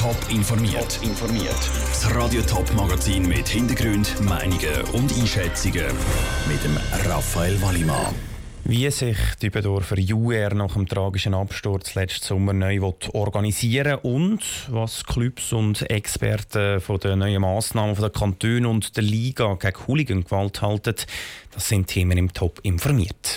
Top informiert. Das Radio Top Magazin mit Hintergrund, Meinungen und Einschätzungen mit dem Raphael Wallimann. Wie sich die Dübendorfer UR nach dem tragischen Absturz letzten Sommer neu organisieren und was Clubs und Experten von den neuen Massnahmen von der Kantone und der Liga gegen Hooligan-Gewalt halten, das sind Themen im Top informiert.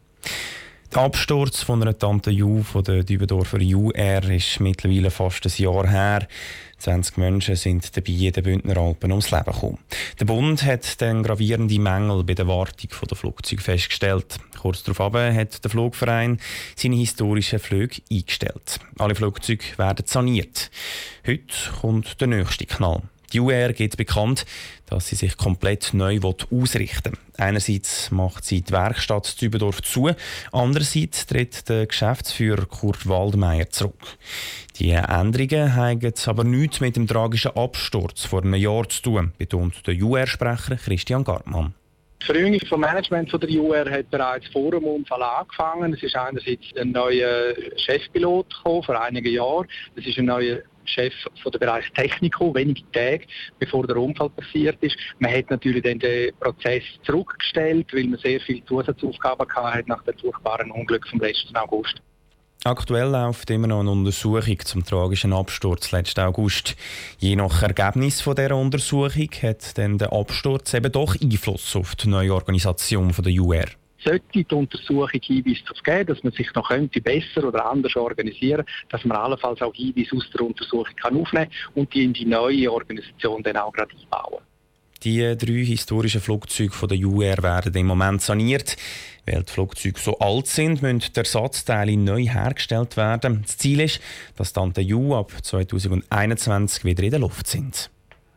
Der Absturz von einer Tante Ju von der Dübendorfer UR ist mittlerweile fast ein Jahr her. 20 Menschen sind dabei in den Bündner Alpen ums Leben gekommen. Der Bund hat dann gravierende Mängel bei der Wartung der Flugzeuge festgestellt. Kurz darauf hat der Flugverein seine historischen Flüge eingestellt. Alle Flugzeuge werden saniert. Heute kommt der nächste Knall. Die UR gibt bekannt, dass sie sich komplett neu ausrichten will. Einerseits macht sie die Werkstatt Dübendorf zu, andererseits tritt der Geschäftsführer Kurt Waldmeier zurück. Die Änderungen haben aber nichts mit dem tragischen Absturz vor einem Jahr zu tun, betont der UR-Sprecher Christian Gartmann. Die Verjüngung vom Management von der UR hat bereits vor dem Unfall angefangen. Es ist einerseits ein neuer Chefpilot gekommen, vor einigen Jahren. Es ist ein neuer Chef von der Bereich Technico, wenige Tage bevor der Unfall passiert ist. Man hat natürlich dann den Prozess zurückgestellt, weil man sehr viele Zusatzaufgaben hatte nach dem furchtbaren Unglück vom letzten August. Aktuell läuft immer noch eine Untersuchung zum tragischen Absturz letzten August. Je nach Ergebnis von dieser Untersuchung hat dann der Absturz eben doch Einfluss auf die neue Organisation der UR. Sollte die Untersuchung Hinweise darauf geben, dass man sich noch besser oder anders organisieren könnte, dass man allenfalls auch Hinweise aus der Untersuchung aufnehmen kann und die in die neue Organisation dann auch gerade einbauen. Die 3 historischen Flugzeuge der UR werden im Moment saniert. Weil die Flugzeuge so alt sind, müssen die Ersatzteile neu hergestellt werden. Das Ziel ist, dass Tante Ju ab 2021 wieder in der Luft sind.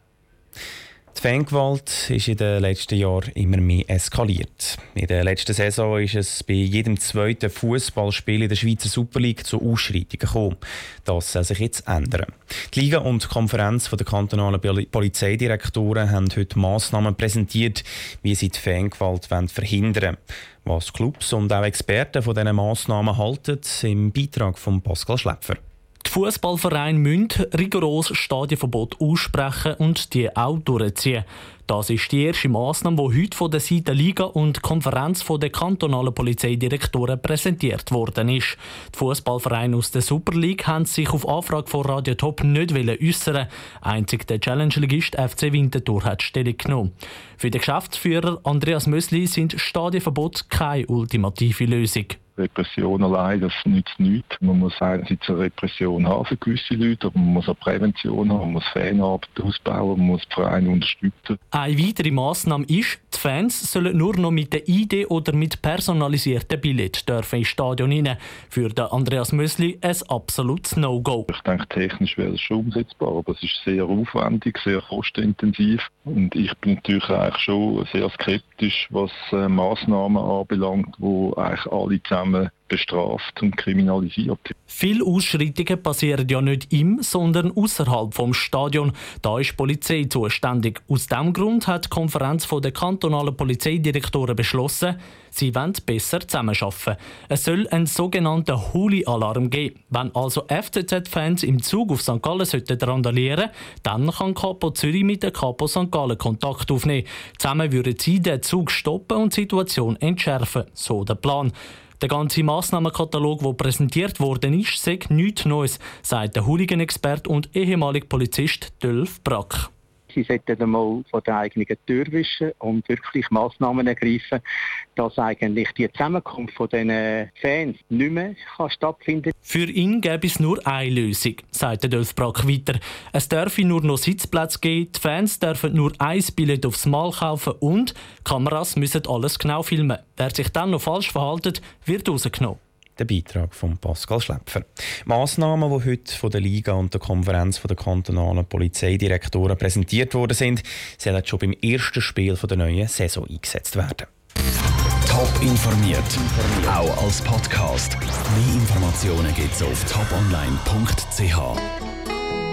Die Fangewalt ist in den letzten Jahren immer mehr eskaliert. In der letzten Saison ist es bei jedem zweiten Fußballspiel in der Schweizer Super League zu Ausschreitungen gekommen. Das soll sich jetzt ändern. Die Liga und die Konferenz der kantonalen Polizeidirektoren haben heute Massnahmen präsentiert, wie sie die Fangewalt verhindern wollen. Was Clubs und auch Experten von diesen Massnahmen halten, im Beitrag von Pascal Schläpfer. Die Fußballvereine müssen rigoros Stadionverbot aussprechen und die auch durchziehen. Das ist die erste Massnahme, die heute von der Seite Liga und Konferenz der kantonalen Polizeidirektoren präsentiert worden ist. Die Fußballvereine aus der Super League haben sich auf Anfrage von Radio Top nicht äußern. Einzig der Challenge-Ligist FC Winterthur hat Stellung genommen. Für den Geschäftsführer Andreas Mösli sind Stadionverbote keine ultimative Lösung. Repression allein, das nützt nichts. Man muss einerseits eine Repression haben für gewisse Leute, aber man muss auch Prävention haben, man muss Fanarbeit ausbauen, man muss die Vereine unterstützen. Eine weitere Massnahme ist, die Fans sollen nur noch mit der ID oder mit personalisierten Billett dürfen ins Stadion rein. Für den Andreas Mösli ein absolutes No-Go. Ich denke, technisch wäre es schon umsetzbar, aber es ist sehr aufwendig, sehr kostenintensiv. Und ich bin natürlich eigentlich schon sehr skeptisch, was Massnahmen anbelangt, die eigentlich alle zusammen bestraft und kriminalisiert. Viele Ausschreitungen passieren ja nicht im, sondern außerhalb vom Stadion. Da ist die Polizei zuständig. Aus diesem Grund hat die Konferenz der kantonalen Polizeidirektoren beschlossen, sie wollen besser zusammenarbeiten. Es soll einen sogenannten Huli-Alarm geben. Wenn also FCZ-Fans im Zug auf St. Gallen randalieren sollten, dann kann Kapo Zürich mit der Kapo St. Gallen Kontakt aufnehmen. Zusammen würden sie den Zug stoppen und die Situation entschärfen. So der Plan. Der ganze Massnahmenkatalog, der präsentiert worden ist, sagt nichts Neues, sagt der Hooligan-Experte und ehemalige Polizist Dölf Brack. Sie sollten einmal von der eigenen Tür wischen und wirklich Massnahmen ergreifen, dass eigentlich die Zusammenkunft von diesen Fans nicht mehr stattfinden kann. Für ihn gäbe es nur eine Lösung, sagt der Dölf Brack weiter. Es dürfe nur noch Sitzplätze geben, die Fans dürfen nur ein Billett aufs Mal kaufen und Kameras müssen alles genau filmen. Wer sich dann noch falsch verhält, wird rausgenommen. Der Beitrag von Pascal Schläpfer. Massnahmen, die heute von der Liga und der Konferenz der kantonalen Polizeidirektoren präsentiert worden sind, sollen schon beim ersten Spiel der neuen Saison eingesetzt werden. Top informiert, auch als Podcast. Mehr Informationen gibt es auf toponline.ch.